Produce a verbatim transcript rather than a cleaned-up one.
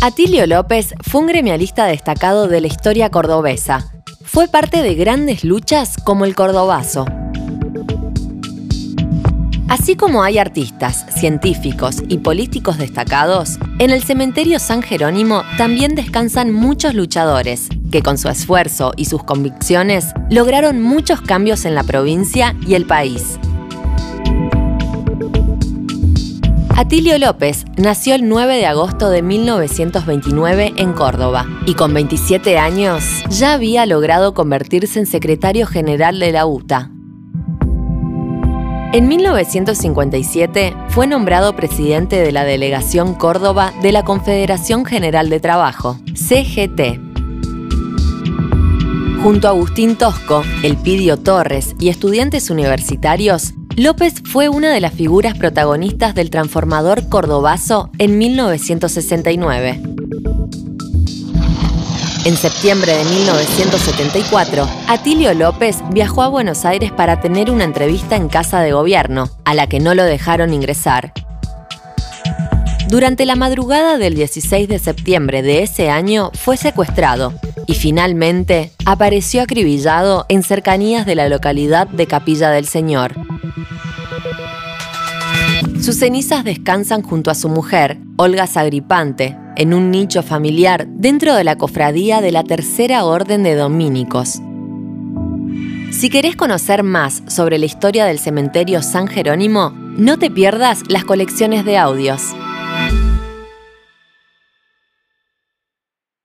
Atilio López fue un gremialista destacado de la historia cordobesa. Fue parte de grandes luchas como el Cordobazo. Así como hay artistas, científicos y políticos destacados, en el cementerio San Jerónimo también descansan muchos luchadores, que con su esfuerzo y sus convicciones lograron muchos cambios en la provincia y el país. Atilio López nació el nueve de agosto de mil novecientos veintinueve en Córdoba y con veintisiete años ya había logrado convertirse en secretario general de la U T A. En mil novecientos cincuenta y siete fue nombrado presidente de la Delegación Córdoba de la Confederación General de Trabajo, C G T. Junto a Agustín Tosco, Elpidio Torres y estudiantes universitarios, López fue una de las figuras protagonistas del transformador cordobazo en mil novecientos sesenta y nueve. En septiembre de mil novecientos setenta y cuatro, Atilio López viajó a Buenos Aires para tener una entrevista en Casa de Gobierno, a la que no lo dejaron ingresar. Durante la madrugada del dieciséis de septiembre de ese año fue secuestrado y finalmente apareció acribillado en cercanías de la localidad de Capilla del Señor. Sus cenizas descansan junto a su mujer, Olga Sagripante, en un nicho familiar dentro de la cofradía de la Tercera Orden de Dominicos. Si querés conocer más sobre la historia del cementerio San Jerónimo, no te pierdas las colecciones de audios.